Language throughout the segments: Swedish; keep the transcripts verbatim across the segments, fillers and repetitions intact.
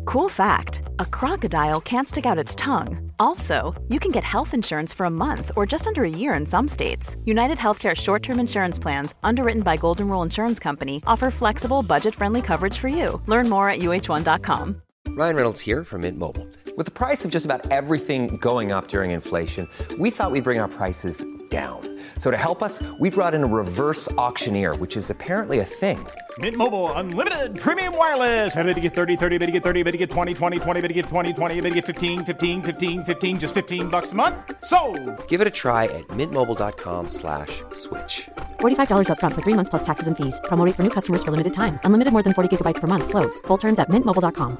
Cool fact, a crocodile can't stick out its tongue. Also, you can get health insurance for a month or just under a year in some states. United Healthcare short-term insurance plans, underwritten by Golden Rule Insurance Company, offer flexible, budget-friendly coverage for you. Learn more at U H one dot com. Ryan Reynolds here from Mint Mobile. With the price of just about everything going up during inflation, we thought we'd bring our prices down. So to help us, we brought in a reverse auctioneer, which is apparently a thing. Mint Mobile Unlimited Premium Wireless. How to get thirty, thirty, how to get thirty, how to get twenty, twenty, twenty, how to get twenty, twenty, how to get fifteen, fifteen, fifteen, fifteen, just fifteen bucks a month? Sold! Give it a try at mintmobile.com slash switch. forty-five dollars up front for three months plus taxes and fees. Promo rate for new customers for limited time. Unlimited more than forty gigabytes per month. Slows full terms at mint mobile dot com.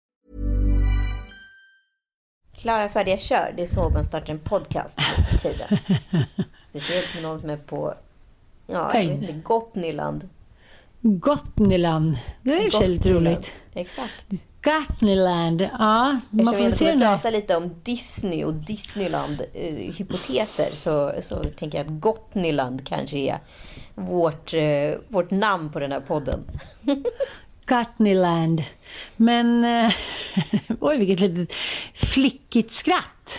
Klara, färdiga, kör. Det är så man startar en podcast på tiden. Speciellt med någon som är på, ja, jag vet inte, Gotniland. Gotniland. Det är ju för lite roligt. Exakt. Gotniland, ja. Man får vi se prata lite om Disney och Disneyland eh, hypoteser, så, så tänker jag att Gotniland kanske är vårt, eh, vårt namn på den här podden. Gotniland. Men eh, oj, vilket litet flickigt skratt.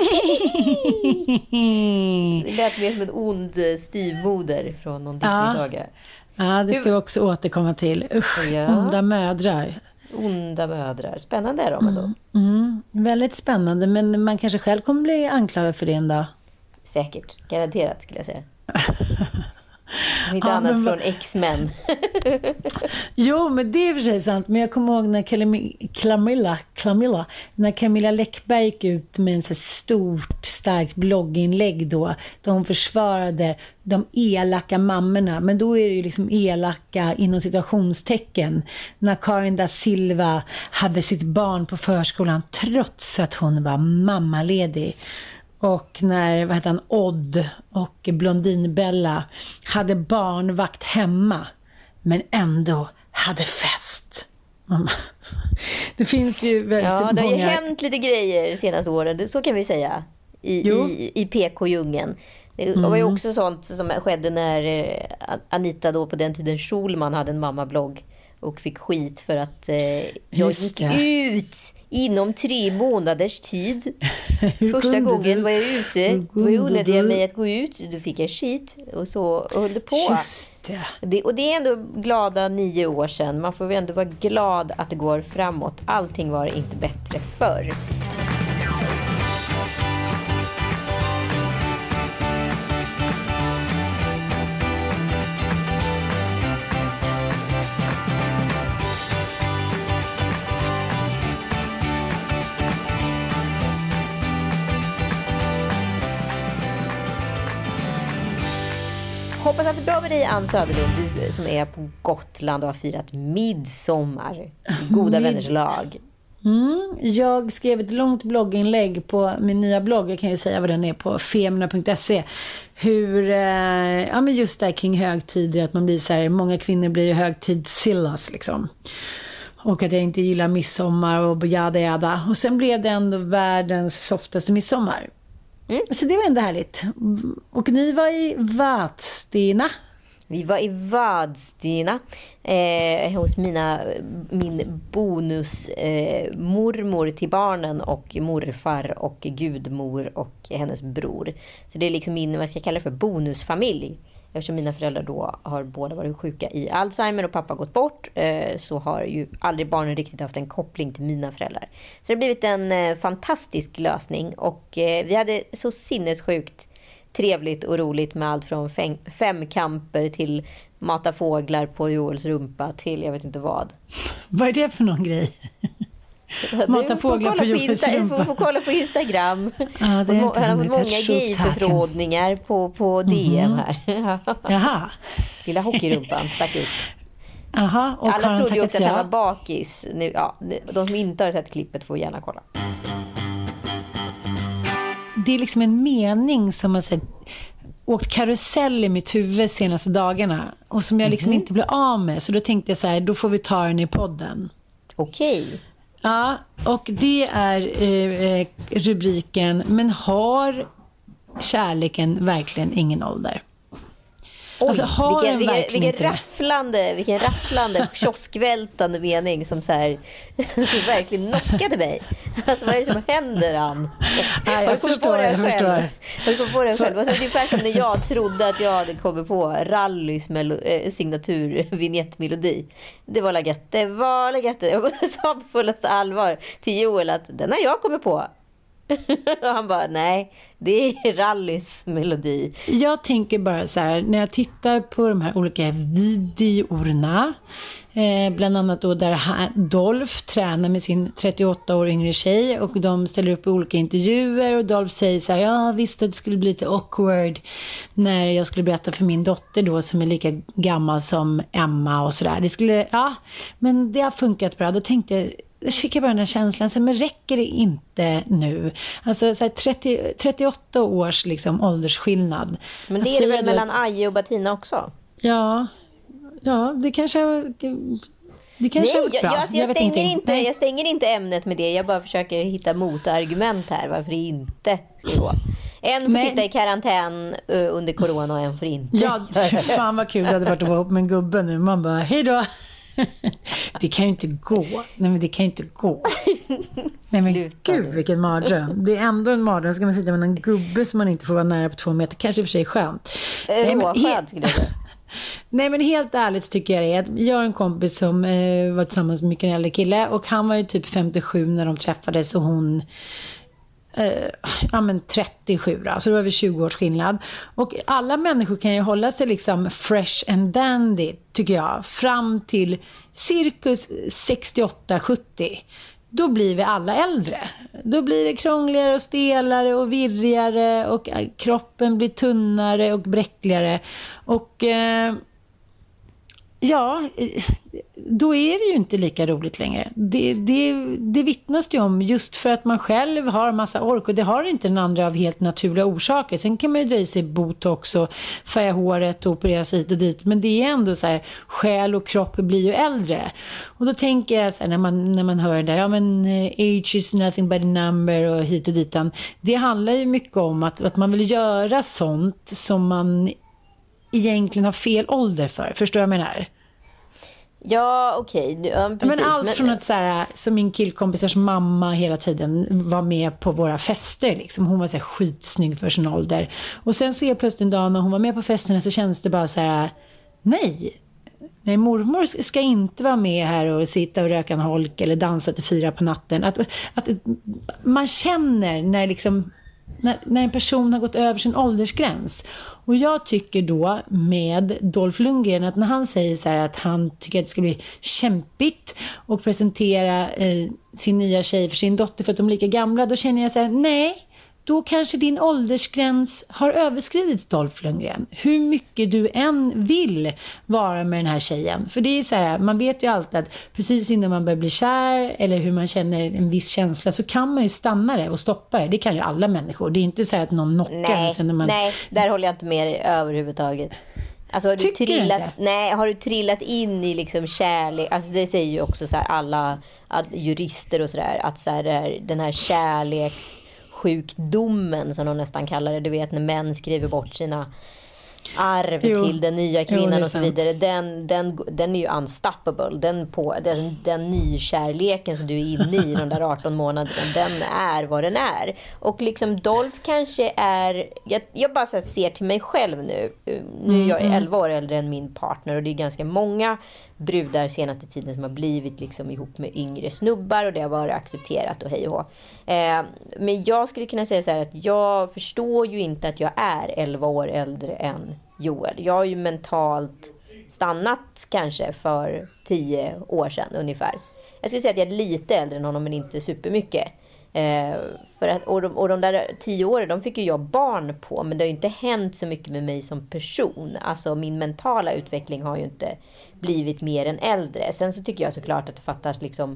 Det lät mer som en ond styvmoder från någon Disney-saga. Ja, ja, det ska vi också återkomma till. Usch, ja. Onda mödrar. Onda mödrar. Spännande är de ändå. Mm, mm, väldigt spännande, men man kanske själv kommer bli anklagad för det en dag. Säkert, garanterat skulle jag säga. Inte ja, annat men... från X-Men. Jo, men det är för sig sant. Men jag kommer ihåg när Camilla, Camilla, när Camilla Läckberg gick ut med en så stort, starkt blogginlägg då, där hon försvarade de elaka mammorna. Men då är det ju liksom elaka inom situationstecken. När Karin da Silva hade sitt barn på förskolan trots att hon var mammaledig. Och när, vad heter han, Odd och Blondinbella hade barnvakt hemma, men ändå hade fest. Det finns ju väldigt ja, många... det har ju hänt lite grejer senaste åren, så kan vi säga, i, i, i P K-djungen. Det mm. var ju också sånt som skedde när Anita då på den tiden Schulman hade en mammablogg och fick skit för att eh, jag gick ut inom tre månaders tid. Första gången du? var jag ute. Då undrade jag mig att gå ut. Då fick jag skit. Och så höll det på. Just det. Det, och det är ändå glada nio år sedan. Man får ändå vara glad att det går framåt. Allting var inte bättre förr. Hoppas att det är bra med dig, Ann Söderlund, du som är på Gotland och har firat midsommar. Goda Mid- vänners lag. Mm, jag skrev ett långt blogginlägg på min nya blogg. Jag kan ju säga vad den är på femina punkt se. Hur, eh, ja men just där kring högtider, att man blir så här, många kvinnor blir högtidssillas liksom. Och att jag inte gillar midsommar och jada jada. Och sen blev det ändå världens softaste midsommar. Mm. Så det var ändå härligt. Och ni var i Vadstena. Vi var i Vadstena eh, hos mina, min bonus eh, mormor till barnen och morfar och gudmor och hennes bror. Så det är liksom min, vad ska jag kalla det för, bonusfamilj. Eftersom mina föräldrar då har båda varit sjuka i Alzheimer och pappa gått bort, eh, så har ju aldrig barnen riktigt haft en koppling till mina föräldrar. Så det har blivit en eh, fantastisk lösning, och eh, vi hade så sinnessjukt trevligt och roligt med allt från fem, femkamper till mata fåglar på Joels rumpa till jag vet inte vad. Vad är det för någon grej? Mata fåglar på Joels rumpa. Du får kolla på Instagram. Ja, det är inte han har fått många gayförfrågningar på, på D M här. Jaha. Lilla hockeyrumpan stack upp. Aha, och alla trodde ju också att han var bakis. Nu, ja, de som inte har sett klippet får gärna kolla. Det är liksom en mening som har sett, åkt karusell i mitt huvud senaste dagarna och som jag liksom mm-hmm. inte blev av med. Så då tänkte jag så här, då får vi ta den i podden. Okej. Okay. Ja, och det är eh, rubriken: men har kärleken verkligen ingen ålder? Alltså, har vilken, den vilken, verkligen vilken inte det? rafflande, vilken rafflande, kioskvältande mening som så här, som verkligen knockade mig. Alltså vad är det som händer, Ann? Nej, jag förstår, jag förstår. Har du kommit på det själv? Alltså, ungefär som när jag trodde att jag hade kommit på Rallys melo- eh, signatur vignettmelodi. Det var läget. Det var läget. Jag sa på fullaste allvar till Joel att den har jag kommit på. Och han bara, nej, det är Rallys melodi. Jag tänker bara så här, när jag tittar på de här olika videorna, eh, bland annat då där Dolph tränar med sin trettioåtta år yngre tjej och de ställer upp i olika intervjuer och Dolph säger så här, ja visst det skulle bli lite awkward när jag skulle berätta för min dotter då som är lika gammal som Emma och sådär. Det skulle, ja, men det har funkat bra. Då tänkte jag, jag fick bara den här känslan, så, men räcker det inte nu? Alltså så här, trettio, trettioåtta års liksom, åldersskillnad. Men det att är det väl då, mellan Aje och Bettina också? Ja, ja det kanske det kanske Nej, är bra. jag, jag, alltså, jag, jag, stänger inte, jag stänger inte ämnet med det. Jag bara försöker hitta motargument här varför det inte ska gå. En får men, sitta i karantän uh, under corona och en får inte. Ja, fan vad kul det hade varit att vara ihop med en gubbe nu. Man bara, hej då. Det kan ju inte gå. Nej men det kan ju inte gå. Nej men Sluta gud nu. vilken mardröm. Det är ändå en mardröm. Ska man sitta med någon gubbe som man inte får vara nära på två meter. Kanske i och för sig skönt. Nej, men Råskönt skulle jag säga. Nej men helt ärligt tycker jag det är att jag har en kompis som eh, var tillsammans med mycket en äldre kille. Och han var ju typ femtiosju när de träffades och hon Uh, ja men trettiosju då, så det var väl tjugo års skillnad. Och alla människor kan ju hålla sig liksom fresh and dandy tycker jag fram till cirkus sextioåtta sjuttio. Då blir vi alla äldre. Då blir det krångligare och stelare och virrigare och kroppen blir tunnare och bräckligare och uh, ja, då är det ju inte lika roligt längre. Det, det, det vittnas det om just för att man själv har massa ork och det har inte den andra av helt naturliga orsaker. Sen kan man ju dra i sig botox och färga håret och operera sig hit och dit. Men det är ändå så här, själ och kropp blir ju äldre. Och då tänker jag så här, när man, när man hör det där, ja men age is nothing but a number och hit och dit. Det handlar ju mycket om att, att man vill göra sånt som man egentligen har fel ålder för. Förstår jag vad jag menar? Ja, okej. Okay. Ja, men allt men... från att så här, som min killkompisars mamma hela tiden var med på våra fester. Liksom. Hon var så här skitsnygg för sin ålder. Och sen så är plötsligt en dag när hon var med på festerna så känns det bara så här, nej. Nej, mormor ska inte vara med här och sitta och röka en holk eller dansa till fyra på natten. Att, att man känner när liksom När, när en person har gått över sin åldersgräns. Och jag tycker då med Dolph Lundgren att när han säger så här att han tycker att det ska bli kämpigt och presentera eh, sin nya tjej för sin dotter för att de är lika gamla, då känner jag så här, nej, då kanske din åldersgräns har överskridits, Dolph Lundgren. Hur mycket du än vill vara med den här tjejen. För det är så här, man vet ju alltid att precis innan man börjar bli kär eller hur man känner en viss känsla så kan man ju stanna det och stoppa det. Det kan ju alla människor. Det är inte så här att någon knockar. Nej, sen när man... nej, där håller jag inte med dig överhuvudtaget. Alltså har du Tycker trillat, du inte? nej, har du trillat in i liksom kärlek, alltså det säger ju också så här alla att jurister och sådär, att så här, den här kärleks sjukdomen som de nästan kallar det, du vet när män skriver bort sina arv jo. till den nya kvinnan jo, och så vidare, den, den, den är ju unstoppable, den, på, den, den nykärleken som du är inne i de där arton månaderna, den är vad den är. Och liksom Dolph kanske är, jag, jag bara så här, ser till mig själv nu, nu är jag är elva år äldre än min partner och det är ganska många brudar senaste tiden som har blivit liksom ihop med yngre snubbar och det har varit accepterat och hej och hå. Eh, men jag skulle kunna säga så här att jag förstår ju inte att jag är elva år äldre än Joel. Jag har ju mentalt stannat kanske för tio år sedan ungefär. Jag skulle säga att jag är lite äldre än honom men inte supermycket. Eh, för att, och, de, och de där tio åren, de fick ju jag barn på, men det har ju inte hänt så mycket med mig som person. Alltså min mentala utveckling har ju inte blivit mer än äldre. Sen så tycker jag såklart att det fattas liksom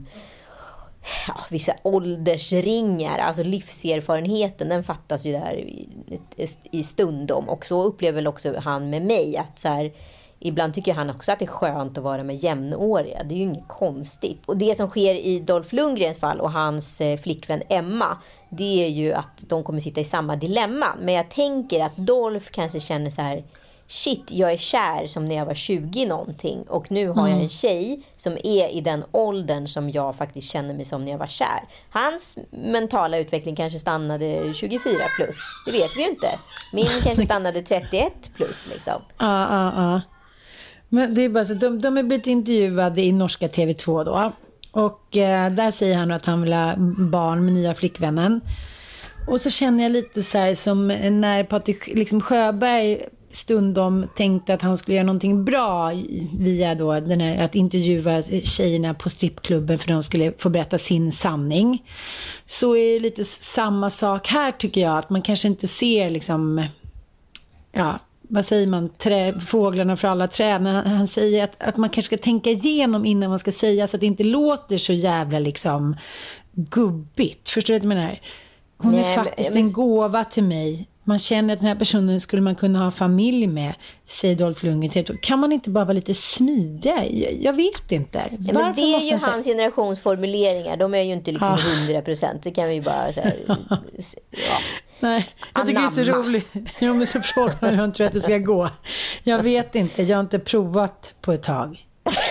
ja, vissa åldersringar, alltså livserfarenheten, den fattas ju där i, i stundom. Och så upplever väl också han med mig att så här, ibland tycker han också att det är skönt att vara med jämnåriga. Det är ju inget konstigt. Och det som sker i Dolph Lundgrens fall och hans eh, flickvän Emma, det är ju att de kommer sitta i samma dilemma. Men jag tänker att Dolph kanske känner så här, shit, jag är kär som när jag var tjugo någonting. Och nu har jag en tjej som är i den åldern som jag faktiskt känner mig som när jag var kär. Hans mentala utveckling kanske stannade tjugofyra plus. Det vet vi ju inte. Min kanske stannade trettioett plus liksom. Ja, ja, ja. Men det är bara så att de, de är blivit intervjuade i norska T V två då. Och eh, där säger han att han vill ha barn med nya flickvännen. Och så känner jag lite så här som när Patrik liksom Sjöberg stundom tänkte att han skulle göra någonting bra via då den här, att intervjua tjejerna på strippklubben för de skulle få berätta sin sanning. Så är det lite samma sak här tycker jag, att man kanske inte ser liksom, ja, vad säger man, trä, fåglarna för alla träd. Han säger att, att man kanske ska tänka igenom innan man ska säga, så att det inte låter så jävla liksom gubbigt. Förstår du vad jag menar? Hon Nej, är faktiskt men, en gåva till mig. Man känner att den här personen skulle man kunna ha familj med, säger Dolph Lundgren. Kan man inte bara vara lite smidig? Jag, jag vet inte. Ja, men det är ju hans säga... generationsformuleringar. De är ju inte liksom hundra procent. Det kan vi ju bara säga. Ja. Nej, jag tycker Anamma. Det är så roligt. Jo, men så frågar jag hur jag tror att det ska gå. Jag vet inte, jag har inte provat på ett tag.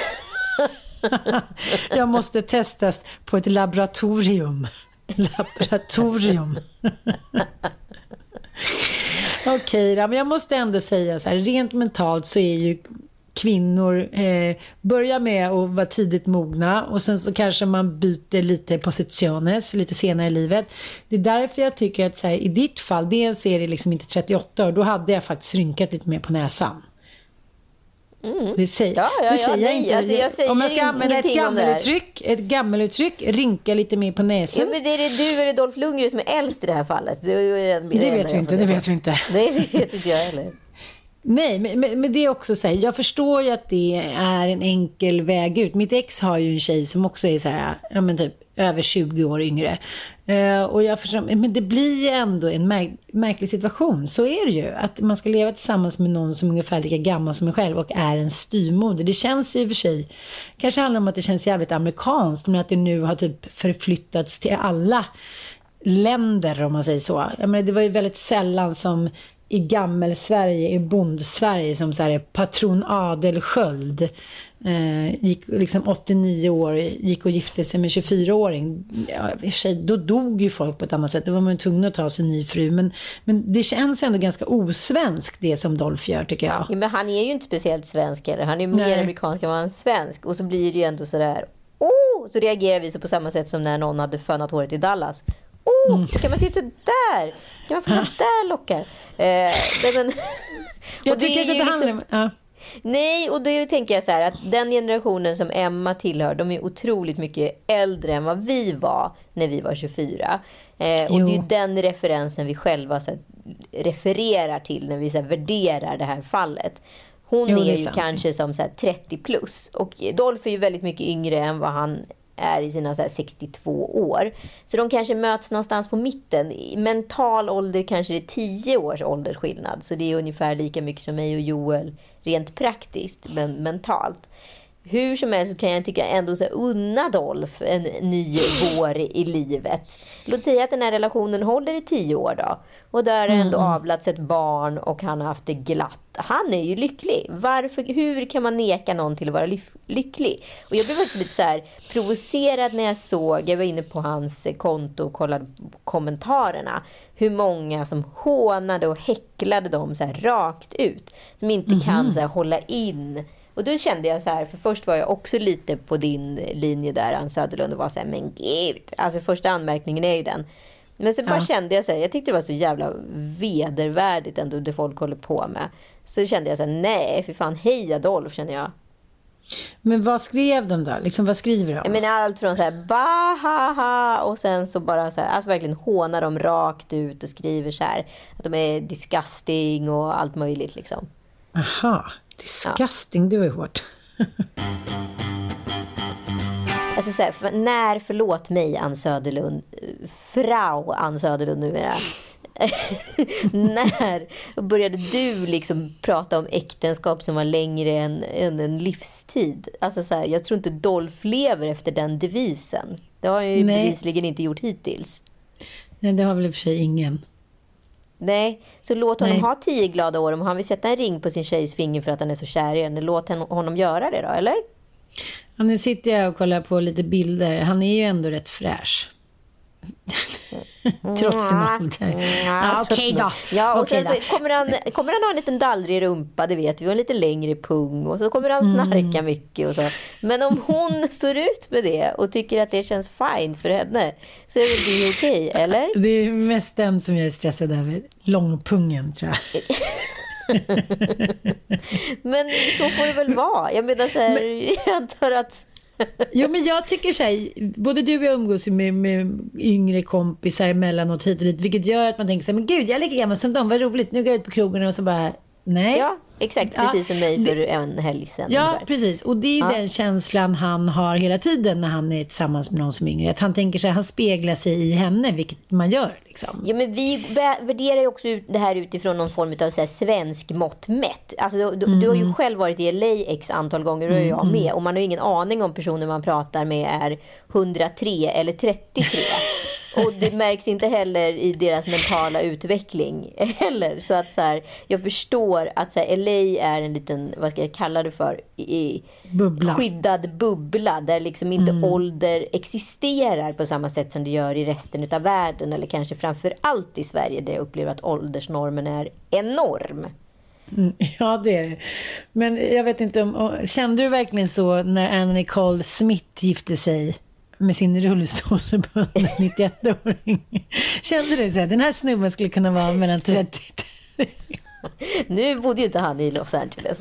Jag måste testas på ett laboratorium. Laboratorium. Okej då, men jag måste ändå säga så här, rent mentalt så är ju kvinnor eh, börjar med att vara tidigt mogna och sen så kanske man byter lite positiones lite senare i livet. Det är därför jag tycker att så här, i ditt fall, det är en serie liksom inte trettioåtta år, då hade jag faktiskt rynkat lite mer på näsan. Mm. Det säger, ja, ja, det säger ja, jag nej, inte. alltså jag säger om man ska använda ett gammeluttryck, ett gammeluttryck, rynka lite mer på näsan. Ja, men det är det du eller Dolph Lundgren som är äldst i det här fallet. Det, det, det, det vet vi inte, det vet vi inte. Nej, det vet inte jag heller. Nej, men, men det är också så här, jag förstår ju att det är en enkel väg ut. Mitt ex har ju en tjej som också är så här, ja men typ över tjugo år yngre. Uh, och jag förstår, men det blir ju ändå en märk- märklig situation. Så är det ju, att man ska leva tillsammans med någon som är ungefär lika gammal som en själv och är en styrmoder. Det känns ju i och för sig, kanske handlar om att det känns jävligt amerikanskt, men att det nu har typ förflyttats till alla länder, om man säger så. Jag menar, det var ju väldigt sällan som i gammel Sverige, i bond-Sverige, som så här patron Adel Sköld eh, gick liksom åttionio år, gick och gifte sig med tjugofyra-åring. Ja, i och för sig, då dog ju folk på ett annat sätt. Då var man tvungen att ta sig en ny fru. Men, men det känns ändå ganska osvenskt det som Dolph gör, tycker jag. Ja, men han är ju inte speciellt svensk eller. Han är mer Nej. amerikansk än vad han är svensk. Och så blir det ju ändå sådär, oh! Så reagerar vi så på samma sätt som när någon hade fönat håret i Dallas. Oh, mm. Så kan man se ut så där. Kan man få något där lockar. Eh, men, jag tycker kanske att det handlar om... Ja. Nej, och då tänker jag så här att den generationen som Emma tillhör, de är otroligt mycket äldre än vad vi var när vi var tjugofyra. Eh, och det är ju den referensen vi själva så här, refererar till när vi så här, värderar det här fallet. Hon jo, är, är ju kanske som så här, trettio plus. Och Dolph är ju väldigt mycket yngre än vad han är i sina så här, sextiotvå år. Så de kanske möts någonstans på mitten. I mental ålder kanske det är tio års åldersskillnad. Så det är ungefär lika mycket som mig och Joel rent praktiskt, men mentalt. Hur som helst så kan jag tycka ändå så här, unna Dolph en ny vår i livet. Låt säga att den här relationen håller i tio år då. Och där är ändå mm. avlats ett barn och han har haft det glatt. Han är ju lycklig. Varför, hur kan man neka någon till att vara lyf- lycklig? Och jag blev lite så här provocerad när jag såg, jag var inne på hans konto och kollade kommentarerna. Hur många som hånade och häcklade dem så här rakt ut. Som inte mm. kan så här hålla in. Och då kände jag så här, för först var jag också lite på din linje där, Ann Söderlund, och var så här, men gud. Alltså första anmärkningen är ju den. Men så bara ja. kände jag så här, jag tyckte det var så jävla vedervärdigt ändå det folk håller på med. Så kände jag så här, nej, för fan, hej Adolf, känner jag. Men vad skrev de då? Liksom, vad skriver de? Jag menar allt från så här, bahaha, och sen så bara så här, alltså verkligen hånar de rakt ut och skriver så här, att de är disgusting och allt möjligt liksom. Aha, disgusting, ja. Det var hårt. Alltså så här, för, när, förlåt mig Ann Söderlund, frau Ann Söderlund numera. När började du liksom prata om äktenskap som var längre än, än en livstid? Alltså så här, jag tror inte Dolph lever efter den devisen. Det har han ju bevisligen inte gjort hittills. Nej, det har väl i och för sig ingen. Nej, så låt honom Nej. ha tio glada år. Om han vill sätta en ring på sin tjejs finger för att han är så kär i henne, låt honom göra det då, eller? Ja, nu sitter jag och kollar på lite bilder. Han är ju ändå rätt fräsch. Trots sin ålder. Ja, okej då. Ja, och Okej sen då. så kommer han, kommer han ha en liten dallrig rumpa, det vet vi, och en lite längre pung, och så kommer han snarka Mm. mycket och så. Men om hon står ut med det och tycker att det känns fine för henne, så är det väl okej, eller? Det är mest den som jag är stressad över. Långpungen, tror jag. Men så får det väl vara. Jag menar så här, jag antar att... Jo, men jag tycker så här, både du och jag umgås med, med yngre kompisar emellanåt hit och dit, vilket gör att man tänker så här, men gud, jag är lika gammal som dem, vad roligt, nu går jag ut på krogen och så bara, nej. Ja, exakt, Ja, precis som mig det- för en helg sedan. Ja, ungefär. precis. Och det är Ja. den känslan han har hela tiden när han är tillsammans med någon som är yngre. Att han tänker sig, han speglar sig i henne, vilket man gör liksom. Ja, men vi vä- värderar ju också ut det här utifrån någon form av så här svensk mått mätt. Alltså, du, du, du har ju själv varit i L A x antal gånger och jag med. Och man har ju ingen aning om personer man pratar med är hundratre eller trettiotre. Och det märks inte heller i deras mentala utveckling heller. Så att så här, jag förstår att så här, L A är en liten, vad ska jag kalla det för, i, Bubbla. skyddad bubbla där liksom inte Mm. ålder existerar på samma sätt som det gör i resten av världen, eller kanske framför allt i Sverige där jag upplever att åldersnormen är enorm. Mm, ja, det är det. Men jag vet inte om, om- kände du verkligen så när Anna Nicole Smith gifte sig med sin rullstolsbunden nittioett-åring? Kände du så här, den här snubben skulle kunna vara mellan trettio? Nu bodde ju inte han i Los Angeles.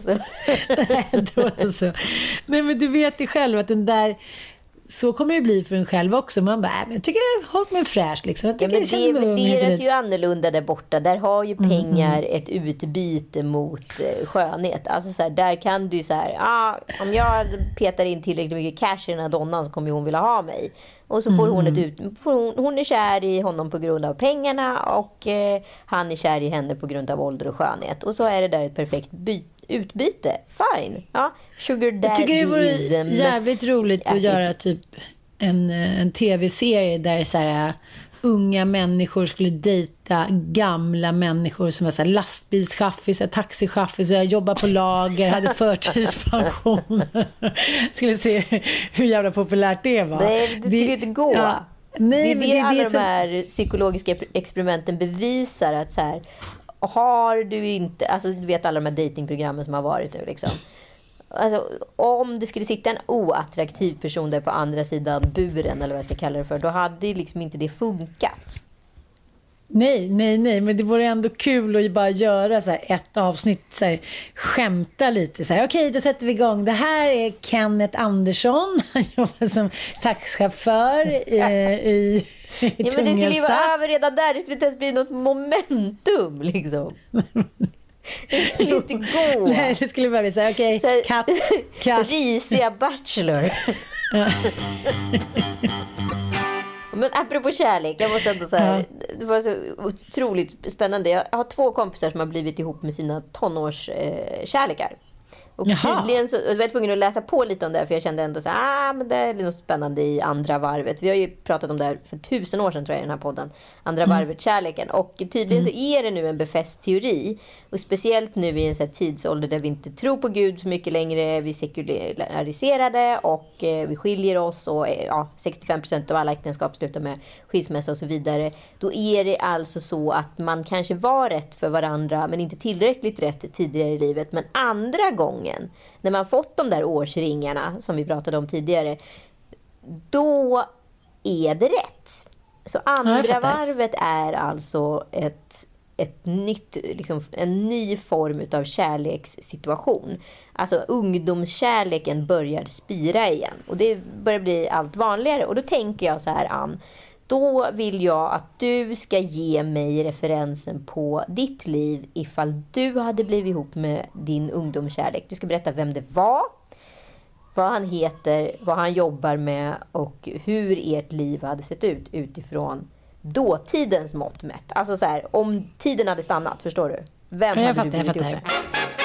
Då så. Nej, men du vet ju själv att den där, så kommer det bli för en själv också. Man bara, äh, men jag tycker jag har hållit mig fräsch liksom. Jag Ja, tycker men jag känner det mig ung, värderas inte ju annorlunda där borta. Där har ju pengar ett utbyte mot eh, skönhet. Alltså så här, där kan du så här, ah, om jag petar in tillräckligt mycket cash i den här donnan så kommer hon vilja ha mig. Och så får hon ett ut, får hon, hon är kär i honom på grund av pengarna, och eh, han är kär i henne på grund av ålder och skönhet. Och så är det där ett perfekt by, utbyte. Fine. Ja, sugar Jag tycker det vore daddyism. jävligt roligt Ja, att göra typ en, en tv-serie där så här, unga människor skulle dejta gamla människor som var så här, lastbilschaffisar, taxichaffisar, jobbar på lager, hade förtidspension. Skulle se hur jävla populärt det var. Nej, det skulle ju inte gå. Ja, nej, det är men det, det är alla det de som... här psykologiska experimenten bevisar, att så här, har du inte, alltså du vet alla de här datingprogrammen som har varit nu liksom. Alltså, om det skulle sitta en oattraktiv person där på andra sidan buren, eller vad jag ska kalla det för, då hade liksom inte det funkat. Nej, nej, nej, men det vore ändå kul att bara göra så här ett avsnitt, så här, skämta lite så här, okej, då sätter vi igång. Det här är Kenneth Andersson, han jobbar som taxichaufför i, i, i Ja, men det skulle ju Tungelsta. vara över redan där. Det skulle inte ens bli något momentum liksom. Det skulle inte gå. Nej, det skulle bara bli så här, okej, Så här, katt, katt. Risiga Bachelor. Men apropå kärlek, jag måste ändå säga, det var så otroligt spännande. Jag har två kompisar som har blivit ihop med sina tonårskärlekar. Och Jaha. tydligen så, jag var tvungen att läsa på lite om det här, för jag kände ändå så här, ah, men det är något spännande i andra varvet. Vi har ju pratat om det här för tusen år sedan, tror jag, i den här podden. Andra mm. varvet, kärleken. Och tydligen mm. så är det nu en befäst teori. Och speciellt nu i en sån här tidsålder där vi inte tror på Gud så mycket längre. Vi är sekulariserade och eh, vi skiljer oss. Och eh, ja, sextiofem procent av alla äktenskap slutar med skilsmässa och så vidare. Då är det alltså så att man kanske var rätt för varandra, men inte tillräckligt rätt tidigare i livet. Men andra gången, när man fått de där årsringarna som vi pratade om tidigare, då är det rätt. Så andra Ja, varvet är alltså ett, ett nytt, liksom, en ny form av kärlekssituation. Alltså ungdomskärleken börjar spira igen. Och det börjar bli allt vanligare. Och då tänker jag så här, Ann, då vill jag att du ska ge mig referensen på ditt liv ifall du hade blivit ihop med din ungdomskärlek. Du ska berätta vem det var, vad han heter, vad han jobbar med och hur ert liv hade sett ut utifrån dåtidens mått mätt. Alltså så här, om tiden hade stannat, förstår du? Vem Ja, jag hade fattar, du blivit jag ihop med?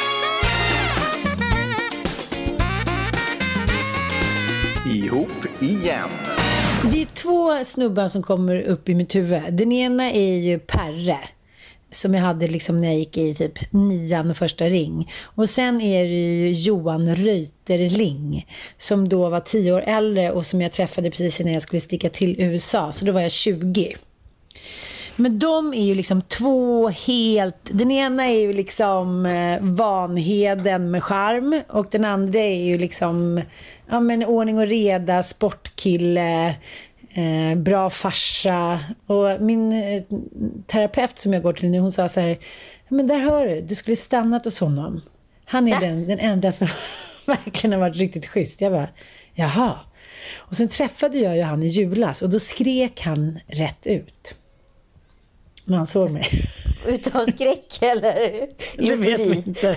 Ihop igen. Det är två snubbar som kommer upp i mitt huvud. Den ena är ju Perre. som jag hade liksom när jag gick i typ nian och första ring. Och sen är det ju Johan Reuterling som då var tio år äldre och som jag träffade precis innan jag skulle sticka till U S A. Så då var jag tjugo. Men de är ju liksom två helt... Den ena är ju liksom eh, Vanheden med charm. Och den andra är ju liksom ja, men ordning och reda, sportkille, eh, bra farsa. Och min eh, terapeut som jag går till nu, hon sa så här: men där hör du, du skulle stannat hos honom. Han är den, den enda som verkligen har varit riktigt schysst. Jag bara, jaha. Och sen träffade jag ju han i julas och då skrek han rätt ut. Men han såg mig. Utav skräck eller? Det vet vi inte.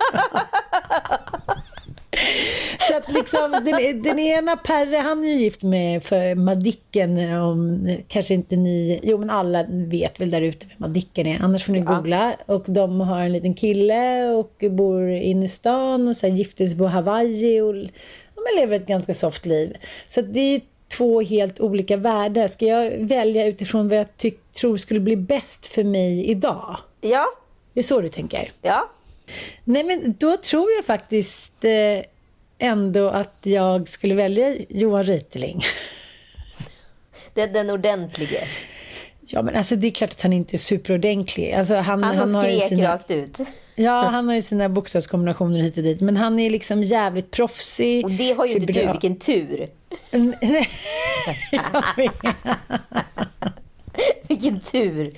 Så att liksom den, den ena Perre, han är ju gift med för Madicken, om kanske inte ni, jo men alla vet väl där ute vem Madicken är, annars får ni ja. googla. Och de har en liten kille och bor inne i stan och så här giftes på Hawaii och de lever ett ganska soft liv. Så att det är ju två helt olika världar. Ska jag välja utifrån vad jag tyck, tror skulle bli bäst för mig idag? Ja. Det är så du tänker? Ja. Nej, men då tror jag faktiskt eh, ändå att jag skulle välja Johan Reuterling. Den, den ordentliga. Ja, men alltså det är klart att han inte är superordentlig. Alltså, han, han, han har skrek sina, rakt ut. Ja, han har ju sina bokstavskombinationer hit och dit. Men han är liksom jävligt proffsig. Och det har ju inte bra. Du, vilken tur. Vilken tur.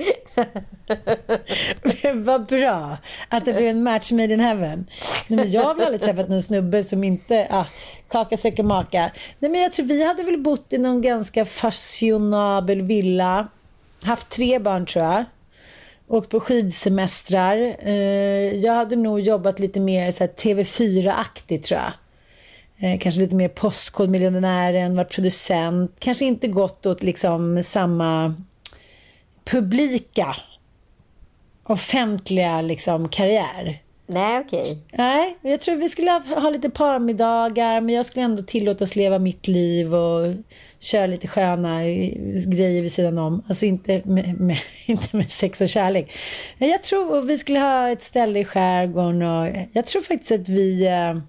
Vad bra att det blev en match made in heaven. Nej, men jag har väl aldrig träffat någon snubbe som inte ah, kaka söker maka. Nej, men jag tror vi hade väl bott i någon ganska fashionabel villa. Haft tre barn tror jag. Åkt på skidsemestrar. eh, Jag hade nog jobbat lite mer så här T V fyra-aktigt tror jag. Eh, kanske lite mer Postkodmiljonären, varit producent. Kanske inte gått åt liksom samma publika offentliga liksom karriär. Nej, okej. Okay. Nej, jag tror vi skulle ha, ha lite parmiddagar, men jag skulle ändå tillåtas leva mitt liv och köra lite sköna grejer vid sidan om. Alltså inte med, med, inte med sex och kärlek. Jag tror vi skulle ha ett ställe i skärgården och jag tror faktiskt att vi...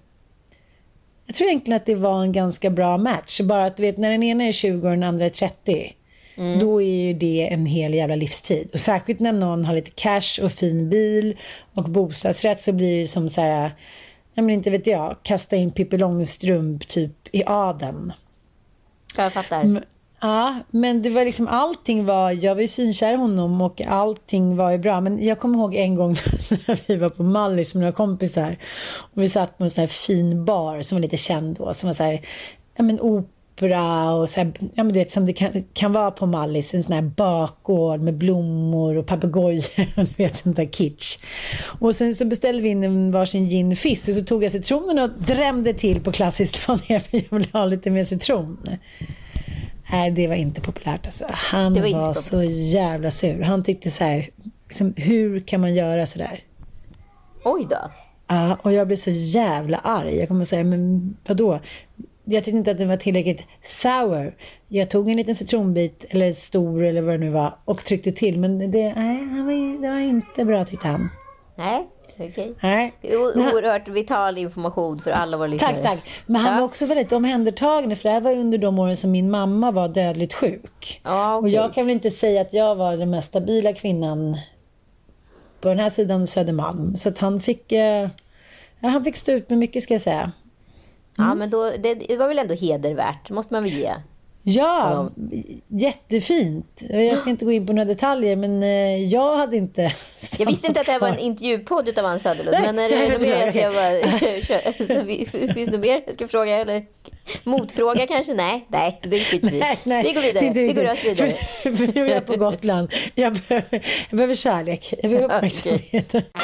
Jag tror egentligen att det var en ganska bra match. Bara att du vet, när den ena är tjugo och den andra är trettio... Mm. Då är ju det en hel jävla livstid. Och särskilt när någon har lite cash och fin bil och bostadsrätt så blir det som så här, jag men inte vet jag, kasta in Pippi Långstrump typ i adeln. Jag fattar. M- ja, men det var liksom allting var, jag var ju synkär i honom och allting var ju bra. Men jag kommer ihåg en gång när vi var på Mallis med några kompisar och vi satt på en sån här fin bar som var lite känd då, som var så här, ja men opera och så här, ja men det som det kan, kan vara på Mallis, en sån här bakgård med blommor och papegojor och du vet sånt där kitsch. Och sen så beställde vi in en varsin gin fisk och så tog jag citronen och drämde till på klassiskt manér för jag ville ha lite mer citron. Nej, det var inte populärt alltså. Han var, var så jävla sur. Han tyckte så här, liksom, hur kan man göra så där? Oj då. Ja, och jag blev så jävla arg. Jag kommer säga, men vadå? Jag tyckte inte att den var tillräckligt sour. Jag tog en liten citronbit, eller stor eller vad det nu var, och tryckte till. Men det, nej, det var inte bra tyckte han. Nej, okej. Okay. Nej. Oerhört vital information för alla våra lyssnare. Tack, tack. Men han ja. var också väldigt omhändertagande, för det här var under de åren som min mamma var dödligt sjuk. Ja, okay. Och jag kan väl inte säga att jag var den mest stabila kvinnan på den här sidan Södermalm. Så att han fick, eh, han fick stå ut med mycket, ska jag säga. Mm. Ja, men då, det, det var väl ändå hedervärt, måste man väl ge. Ja, jättefint. Jag ska inte gå in på några detaljer, men jag hade inte... Jag visste inte att det här var en intervjupodd utav Ann Söderlund. Men när det är mer jag ska bara... Finns det mer jag ska fråga? Eller motfråga kanske? Nej, nej, det skiter vi. Nej, nej, vi går vidare. Det, det, vi går rakt vidare. För, för nu är jag på Gotland. Jag behöver, jag behöver kärlek. Jag behöver uppmärksamhet. Okay.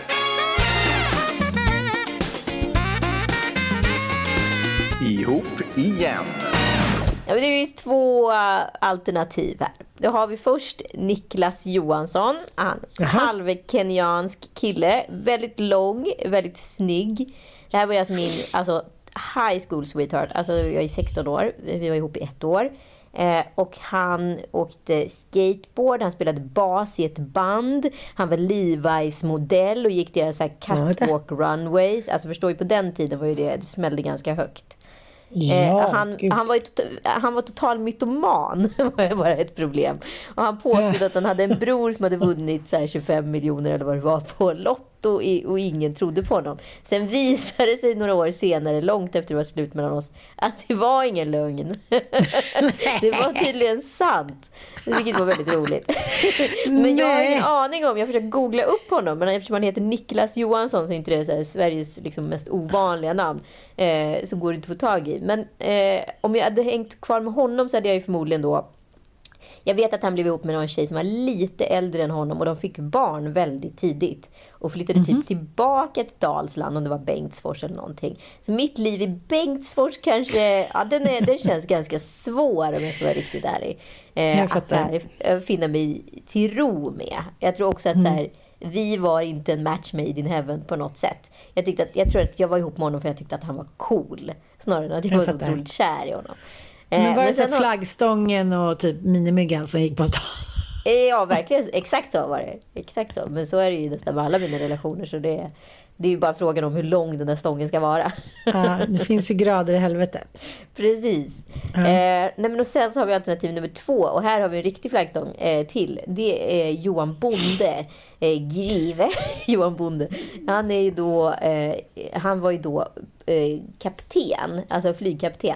Ihop igen. Ja, det är ju två alternativ här. Då har vi först Niklas Johansson. Han halvkenyansk kille. Väldigt lång, väldigt snygg. Det här var jag som min alltså, high school sweetheart. Alltså jag är sexton år. Vi var ihop i ett år. Eh, och han åkte skateboard, han spelade bas i ett band, han var Levi's modell och gick deras så här catwalk runways. Alltså förstår ju, på den tiden var ju det, det smällde ganska högt. Ja, eh, han, han, var ju to- han var total mytoman. var bara ett problem. Och han påstod att han hade en bror som hade vunnit så här tjugofem miljoner eller vad det var på Lotto i, och ingen trodde på honom. Sen visade det sig några år senare, långt efter det var slut mellan oss, att det var ingen lögn. Det var tydligen sant. Vilket var väldigt roligt. Men jag har ingen aning om, jag försöker googla upp honom, men eftersom han heter Niklas Johansson så är inte det så här Sveriges liksom mest ovanliga namn, eh, så går det inte att få tag i. Men eh, om jag hade hängt kvar med honom så hade jag ju förmodligen då, jag vet att han blev ihop med någon tjej som var lite äldre än honom och de fick barn väldigt tidigt och flyttade mm-hmm. typ tillbaka till Dalsland, om det var Bengtsfors eller någonting. Så mitt liv i Bengtsfors kanske, ja, den, är, den känns ganska svår om jag ska vara riktigt ärlig. Eh, att så här, finna mig till ro med. Jag tror också att mm. så här, vi var inte en match made in heaven på något sätt. Jag, tyckte att, jag tror att jag var ihop med honom för jag tyckte att han var cool, snarare än att jag, jag var så otroligt kär i honom. Men var det så flaggstången och typ minimyggan som gick på stan? Ja, verkligen. Exakt så var det. Exakt så. Men så är det ju nästan med alla mina relationer. Så det, det är ju bara frågan om hur lång den där stången ska vara. Ja, det finns ju grader i helvetet. Precis. Ja. Eh, nej, men och sen så har vi alternativ nummer två. Och här har vi en riktig flaggstång eh, till. Det är Johan Bonde. Eh, Grive. Johan Bonde. Han är ju då... Eh, han var ju då eh, kapten. Alltså flygkapten.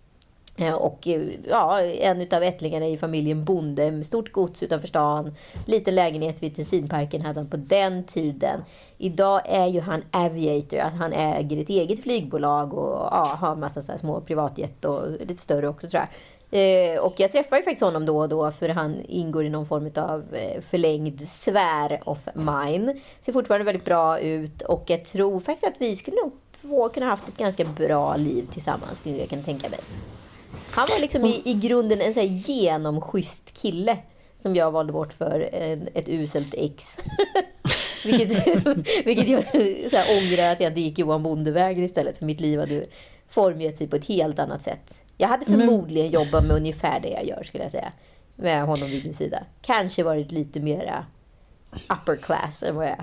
Och ja, en utav ättlingarna i familjen Bonde med stort gods utanför stan, liten lägenhet vid Tessinparken hade han på den tiden. Idag är ju han aviator, alltså han äger ett eget flygbolag och ja, har en massa så här små privatjet och lite större också tror jag. Eh, och jag träffar ju faktiskt honom då och då för han ingår i någon form av förlängd sfär of mine. Ser fortfarande väldigt bra ut och jag tror faktiskt att vi skulle nog två kunna haft ett ganska bra liv tillsammans, skulle jag kan tänka mig. Han var liksom i, i grunden en så här genomschysst kille som jag valde bort för en, ett uselt ex. vilket, vilket jag så här ångrar att jag inte gick Johan Bondevägen istället, för mitt liv hade format sig på ett helt annat sätt. Jag hade förmodligen Men... jobbat med ungefär det jag gör, skulle jag säga. Med honom vid min sida. Kanske varit lite mera upper class än vad jag är.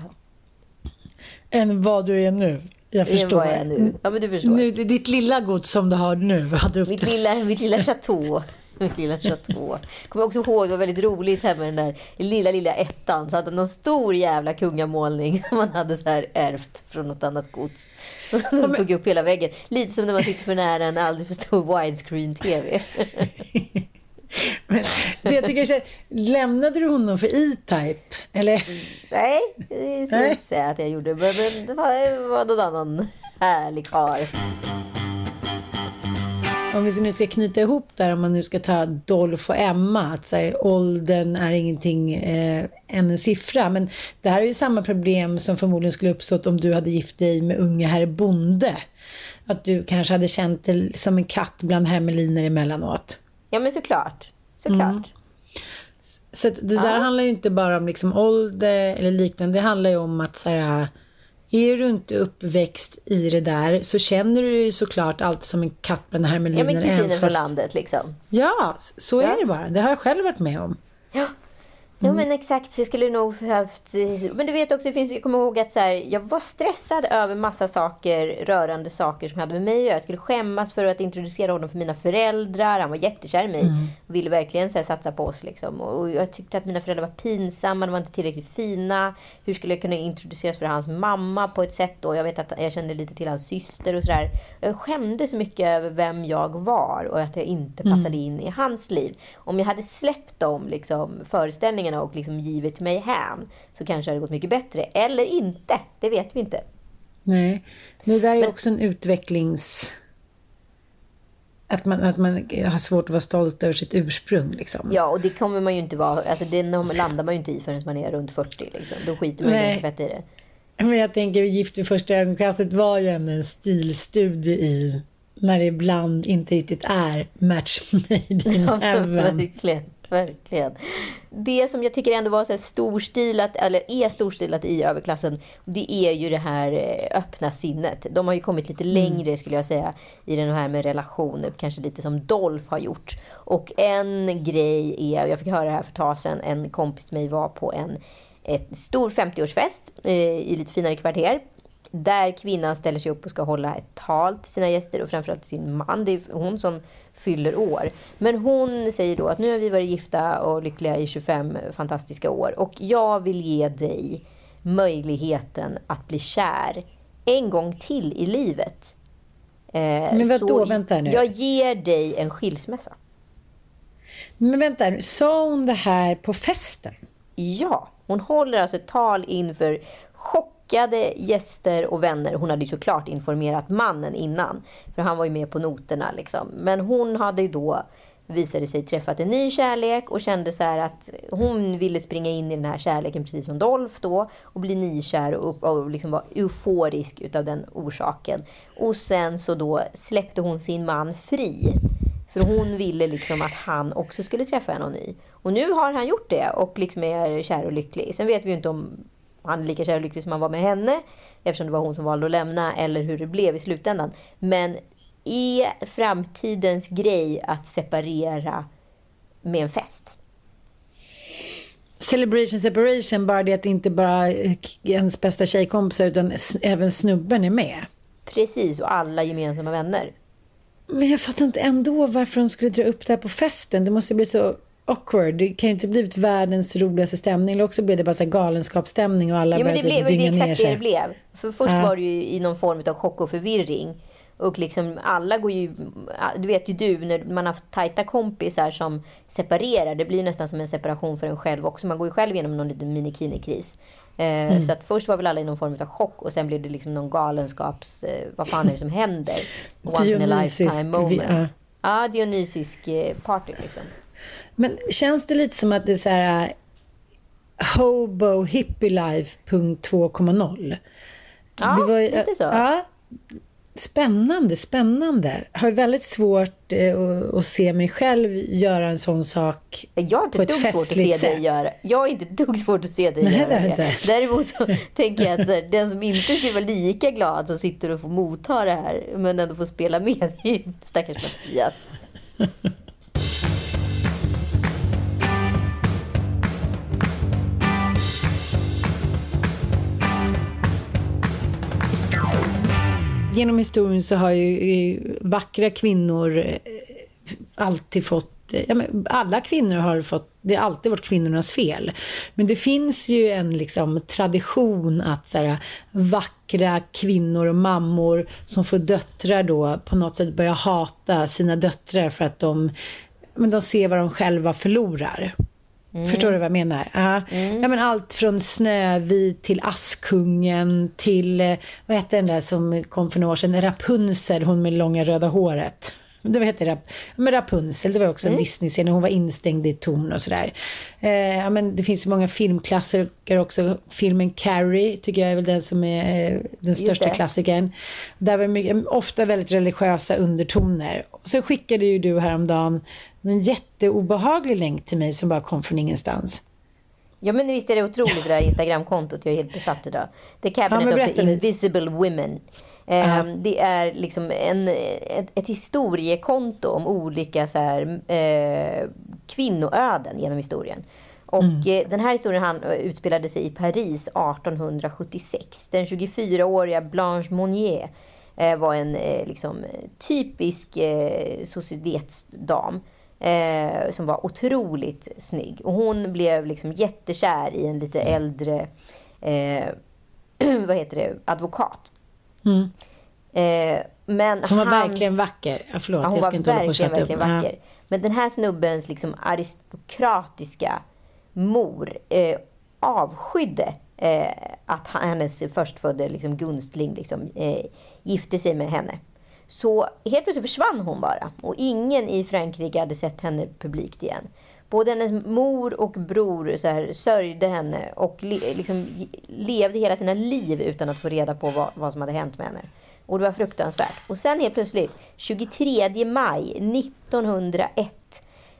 Än vad du är nu. Jag förstår. Vad är jag nu? Ja, men du förstår. Nu, ditt lilla gods som du har nu. Mitt lilla, mitt lilla chateau. Mitt lilla chateau. Kommer också ihåg, det var väldigt roligt här med den där lilla, lilla ettan. Så hade någon stor jävla kungamålning som man hade så här ärvt från något annat gods. Som så men... tog upp hela väggen. Lite som när man sitter för nära en aldrig för stor widescreen-tv. Men det jag tycker, lämnade du honom för E-Type? Eller? Nej, det ska jag inte säga att jag gjorde. Men det var, det var någon annan härlig karl. Om vi nu ska knyta ihop där, om man nu ska ta Dolph och Emma, att så här, åldern är ingenting eh, än en siffra. Men det här är ju samma problem som förmodligen skulle uppstått om du hade gift dig med unga herr Bonde. Att du kanske hade känt dig som en katt bland hermeliner emellanåt. Ja, men såklart. Såklart. Mm. Så det där ja. handlar ju inte bara om liksom ålder eller liknande. Det handlar ju om att så här, är du inte uppväxt i det där så känner du ju såklart allt som en katt bland hermeliner. Ja, men kusinen från landet liksom. Ja, så är ja. det bara. Det har jag själv varit med om. Ja. Jo, men exakt, jag skulle nog haft... Men du vet också, det finns, jag kommer ihåg att så här, jag var stressad över massa saker, rörande saker som hade med mig att göra. Jag skulle skämmas för att introducera honom för mina föräldrar. Han var jättekär i mig mm. och ville verkligen så här, satsa på oss. Liksom. Och jag tyckte att mina föräldrar var pinsamma, de var inte tillräckligt fina. Hur skulle jag kunna introduceras för hans mamma på ett sätt då? Jag vet att jag kände lite till hans syster och sådär. Jag skämde så mycket över vem jag var och att jag inte passade mm. in i hans liv. Om jag hade släppt dem liksom, föreställningarna och liksom givit mig hem, så kanske det hade gått mycket bättre. Eller inte, det vet vi inte. Nej, det där är Men, också en utvecklings... Att man, att man har svårt att vara stolt över sitt ursprung. Liksom. Ja, och det kommer man ju inte vara... Alltså det landar man ju inte i förrän man är runt fyrtio. Liksom. Då skiter man ju ganska fett i det. Men jag tänker, Gift vid första ögonkastet var ju en stilstudie i... När det ibland inte riktigt är match made in heaven. Verkligen. Verkligen. Det som jag tycker ändå var så här storstilat, eller är storstilat i överklassen, det är ju det här öppna sinnet. De har ju kommit lite längre skulle jag säga i den här med relationer, kanske lite som Dolph har gjort. Och en grej är, jag fick höra här för ett tag sedan, en kompis till mig var på en ett stor femtioårsfest eh, i lite finare kvarter. Där kvinnan ställer sig upp och ska hålla ett tal till sina gäster och framförallt till sin man. Det är hon som fyller år. Men hon säger då att nu har vi varit gifta och lyckliga i tjugofem fantastiska år. Och jag vill ge dig möjligheten att bli kär en gång till i livet. Eh, Men vadå, vänta nu. Jag ger dig en skilsmässa. Men vänta nu, sa hon det här på festen? Ja, hon håller alltså ett tal inför chockade gäster och vänner. Hon hade ju såklart informerat mannen innan, för han var ju med på noterna liksom. Men hon hade ju då, visade sig, träffat en ny kärlek och kände så här att hon ville springa in i den här kärleken precis som Dolph då och bli nykär och, och liksom vara euforisk utav den orsaken. Och sen så då släppte hon sin man fri. För hon ville liksom att han också skulle träffa någon ny. Och nu har han gjort det och liksom är kär och lycklig. Sen vet vi ju inte om han är lika kär och lycklig som han var med henne, eftersom det var hon som valde att lämna, eller hur det blev i slutändan. Men är framtidens grej att separera med en fest? Celebration, separation, bara det att inte bara ens bästa tjejkompisar utan även snubben är med. Precis, och alla gemensamma vänner. Men jag fattar inte ändå varför de skulle dra upp det här på festen. Det måste bli så awkward. Det kan ju inte blivit världens roligaste stämning. Eller också blev det bara så här galenskapsstämning och alla ja, men det började blev, dynga det ner exakt sig. det det blev. För först ja. var det ju i någon form av chock och förvirring. Och liksom alla går ju, du vet ju du, när man har haft tajta kompisar som separerar, det blir ju nästan som en separation för en själv också. Man går ju själv igenom någon liten minikini-kris. Mm. Så att först var väl alla i någon form av chock och sen blev det liksom någon galenskaps, vad fan är det som händer? Once in a lifetime moment. Ja, ah, dionysisk party liksom. Men känns det lite som att det är så här hobo hippie life punkt två komma noll? Ja, det var, lite så. Ja, spännande, spännande. Jag har väldigt svårt eh, att, att se mig själv göra en sån sak. Jag har inte dugg svårt att se sätt. dig göra. Jag har inte dugg svårt att se dig Nej, göra det. det. Inte. Däremot så tänker jag att här, den som inte skulle vara lika glad som sitter och får motta det här, men ändå får spela med, det är ju stackars Mattias. Genom historien så har ju vackra kvinnor alltid fått, ja men alla kvinnor har fått, det har alltid varit kvinnornas fel. Men det finns ju en liksom tradition att så här, vackra kvinnor och mammor som får döttrar då på något sätt börjar hata sina döttrar för att de, men de ser vad de själva förlorar. Mm. Förstår du vad jag menar? Ja. Mm. Ja, men allt från Snövit till Askungen till, vad heter den där som kom för några år sedan? Rapunzel, hon med långa röda håret. Det heter Rap- men Rapunzel, det var också en mm. Disney-scen. Hon var instängd i ett torn och sådär. Eh, ja, men det finns ju många filmklassiker också. Filmen Carrie tycker jag är väl den som är eh, den största klassikern. Där var mycket, ofta väldigt religiösa undertoner. Och så skickade ju du häromdagen en jätteobehaglig länk till mig som bara kom från ingenstans. Ja, men visst är det otroligt det där Instagramkontot. Jag är helt besatt idag. The Cabinet ja, of the Invisible Women. Uh-huh. Det är liksom en, ett, ett historiekonto om olika så här, eh, kvinnoöden genom historien. Och mm. den här historien han utspelade sig i Paris arton sjuttiosex. Den tjugofyraåriga Blanche Monnier eh, var en eh, liksom, typisk eh, societetsdam. Eh, som var otroligt snygg. Och hon blev liksom jättekär i en lite äldre eh, vad heter det, advokat. Mm. Eh, men som var hans, verkligen vacker. Ja, förlåt, ja, hon jag ska var inte verkligen, verkligen upp. vacker. Ja. Men den här snubbens liksom aristokratiska mor eh, avskydde eh, att hennes förstfödde liksom, gunstling liksom, eh, gifte sig med henne. Så helt plötsligt försvann hon bara. Och ingen i Frankrike hade sett henne publikt igen. Både hennes mor och bror så här, sörjde henne och le, liksom, levde hela sina liv utan att få reda på vad, vad som hade hänt med henne. Och det var fruktansvärt. Och sen helt plötsligt, tjugotredje maj nittonhundraett,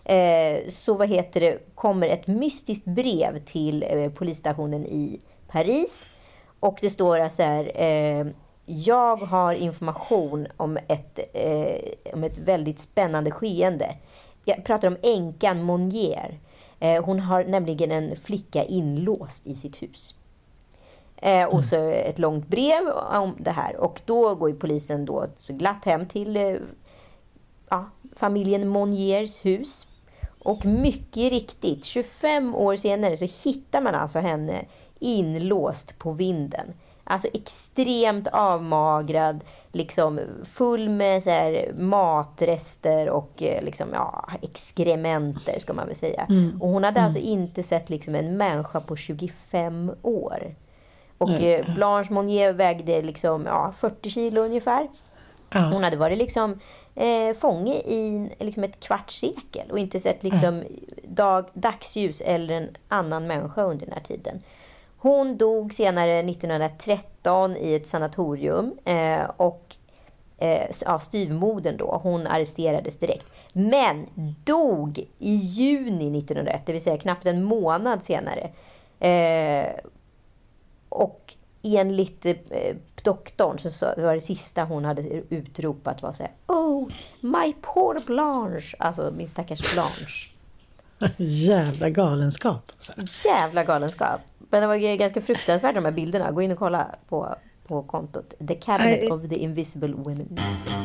eh, så vad heter det, kommer ett mystiskt brev till eh, polisstationen i Paris. Och det står så här... Eh, jag har information om ett, eh, om ett väldigt spännande skeende. Jag pratar om änkan Monnier. Eh, hon har nämligen en flicka inlåst i sitt hus. Eh, och så ett långt brev om det här. Och då går ju polisen då så glatt hem till eh, ja, familjen Monniers hus. Och mycket riktigt, tjugofem år senare så hittar man alltså henne inlåst på vinden. Alltså extremt avmagrad, liksom full med så här matrester och liksom, ja, exkrementer ska man väl säga. Mm. Och hon hade mm. alltså inte sett liksom en människa på tjugofem år. Och mm. Blanche Monnier vägde liksom, ja, fyrtio kilo ungefär. Mm. Hon hade varit liksom eh, fånge i liksom ett kvarts sekel och inte sett liksom mm. dag, dagsljus eller en annan människa under den här tiden. Hon dog senare nittonhundratretton i ett sanatorium eh, och eh, ja, styvmodern då, hon arresterades direkt. Men dog i juni nittonhundraett, det vill säga knappt en månad senare. Eh, och enligt eh, doktorn så, så var det sista hon hade utropat var så här: oh, my poor Blanche, alltså min stackars Blanche. Jävla galenskap. Alltså. Jävla galenskap. Men det var ganska fruktansvärt de här bilderna. Gå in och kolla på, på kontot. The Cabinet I... of the Invisible Women.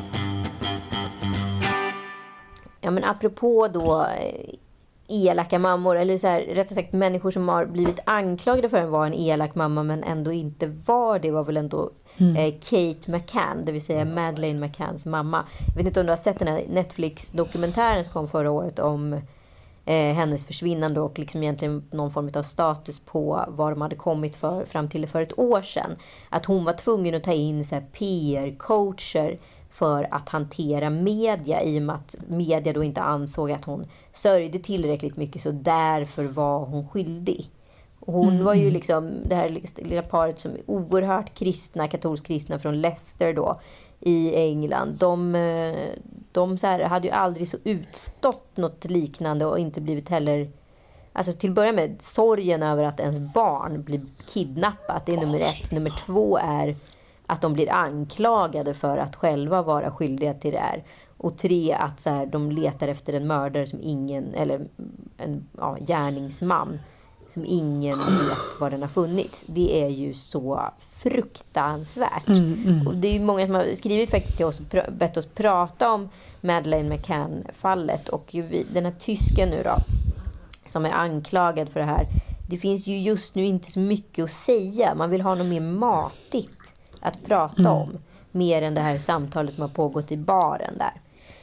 Ja, men apropå då elaka mammor, eller så här, rättare sagt människor som har blivit anklagade för att vara en elak mamma men ändå inte var det, var väl ändå mm. eh, Kate McCann, det vill säga Madeleine McCanns mamma. Jag vet inte om du har sett den här Netflix-dokumentären som kom förra året om Eh, hennes försvinnande och liksom egentligen någon form av status på var de hade kommit för, fram till för ett år sedan. Att hon var tvungen att ta in så här P R-coacher för att hantera media, i och med att media då inte ansåg att hon sörjde tillräckligt mycket, så därför var hon skyldig. Hon mm. var ju liksom det här lilla paret som är oerhört kristna, katolsk kristna från Leicester då i England. De, de så här, hade ju aldrig så utstått något liknande och inte blivit heller, alltså till att börja med sorgen över att ens barn blir kidnappat, det är nummer ett. Nummer två är att de blir anklagade för att själva vara skyldiga till det här. Och tre, att så här, de letar efter en mördare som ingen, eller en ja, gärningsman som ingen vet var den har funnits. Det är ju så fruktansvärt. Mm, mm. Och det är ju många som har skrivit faktiskt till oss och pr- bett oss prata om Madeleine McCann-fallet. Och vi, den här tysken nu då, som är anklagad för det här. Det finns ju just nu inte så mycket att säga. Man vill ha något mer matigt att prata mm. om. Mer än det här samtalet som har pågått i baren där.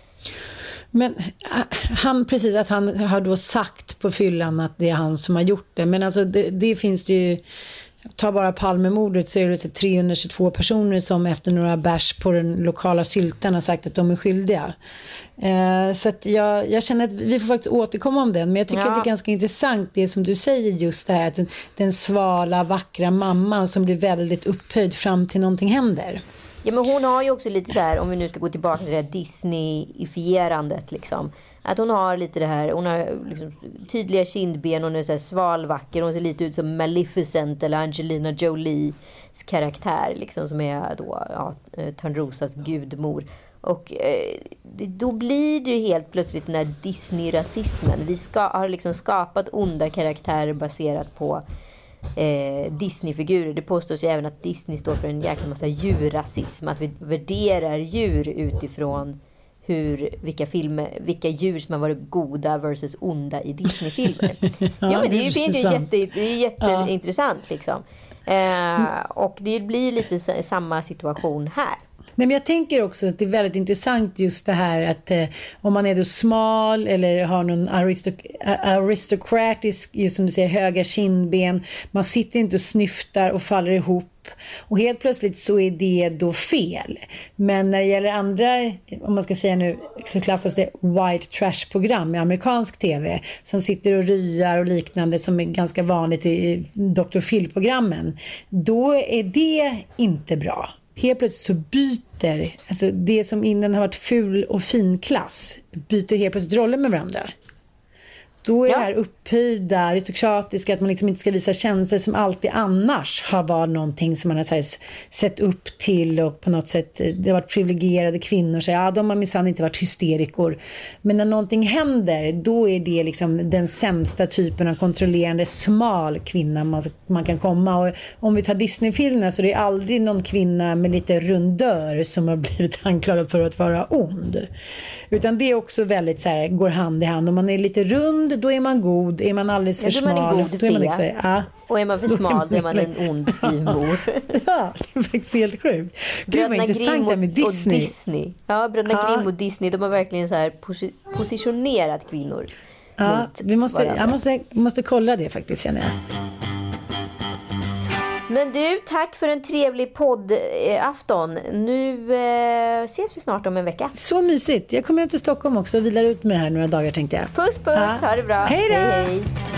Men han, precis att han har då sagt på fyllan att det är han som har gjort det. Men alltså det, det finns det ju, ta bara Palmemordet, så är det trehundratjugotvå personer som efter några bärs på den lokala syltan har sagt att de är skyldiga. Eh, så att jag, jag känner att vi får faktiskt återkomma om den. Men jag tycker ja. att det är ganska intressant det som du säger, just det här att den, den svala, vackra mamman som blir väldigt upphöjd fram till någonting händer. Ja, men hon har ju också lite så här, om vi nu ska gå tillbaka till det här Disney-ifierandet liksom, att hon har lite det här, hon har liksom tydliga kindben, hon är så här svalvacker, hon ser lite ut som Maleficent eller Angelina Jolies karaktär liksom, som är då ja, Törnrosas gudmor. Och eh, det, då blir det helt plötsligt den här Disney-rasismen. Vi ska, har liksom skapat onda karaktärer baserat på Eh, Disney-figurer. Det påstås ju även att Disney står för en jäkla massa djurrasism, att vi värderar djur utifrån hur, vilka filmer, vilka djur som har varit goda versus onda i Disney-filmer. ja, ja, men det, det finns ju jätte, det är jätteintressant ja. liksom. Eh, och det blir lite samma situation här. Nej, men jag tänker också att det är väldigt intressant just det här att eh, om man är då smal eller har någon aristoc- aristokratisk, just som du säger, höga kindben, man sitter inte och snyftar och faller ihop och helt plötsligt så är det då fel. Men när det gäller andra, om man ska säga nu, så klassas det white trash-program i amerikansk tv som sitter och ryar och liknande som är ganska vanligt i doktor Phil-programmen, då är det inte bra. Helt plötsligt så byter, alltså det som innan har varit ful och fin klass byter helt plötsligt roller med varandra. Då är Ja. det här upphöjda, aristokratiska, att man liksom inte ska visa känslor som alltid annars har varit någonting som man har så här sett upp till, och på något sätt, det har varit privilegierade kvinnor, så ja, de har minsann inte varit hysterikor. Men när någonting händer, då är det liksom den sämsta typen av kontrollerande, smal kvinna man, man kan komma. Och om vi tar Disney-filmerna, så är det aldrig någon kvinna med lite rundör som har blivit anklagad för att vara ond. Utan det är också väldigt så här, går hand i hand. Om man är lite rund, då är man god. Är man alldeles för Ja, då är man en smal, god då är man fia. liksom, ja. Och är man för smal, då är man en ond styvmor. Ja, det är faktiskt helt sjukt. Gud vad Bröderna intressant Grimm det här med och, Disney. och Disney. Ja, Bröderna Ja. Grimm och Disney, de har verkligen så här posi- positionerat kvinnor. Ja, mot vi måste, varandra. jag måste, måste kolla det faktiskt, känner jag. Men du, tack för en trevlig poddafton. Nu eh, ses vi snart om en vecka. Så mysigt. Jag kommer hem till Stockholm också och vilar ut mig här några dagar, tänkte jag. Puss puss, Ja. ha det bra. Hej då! hej, hej.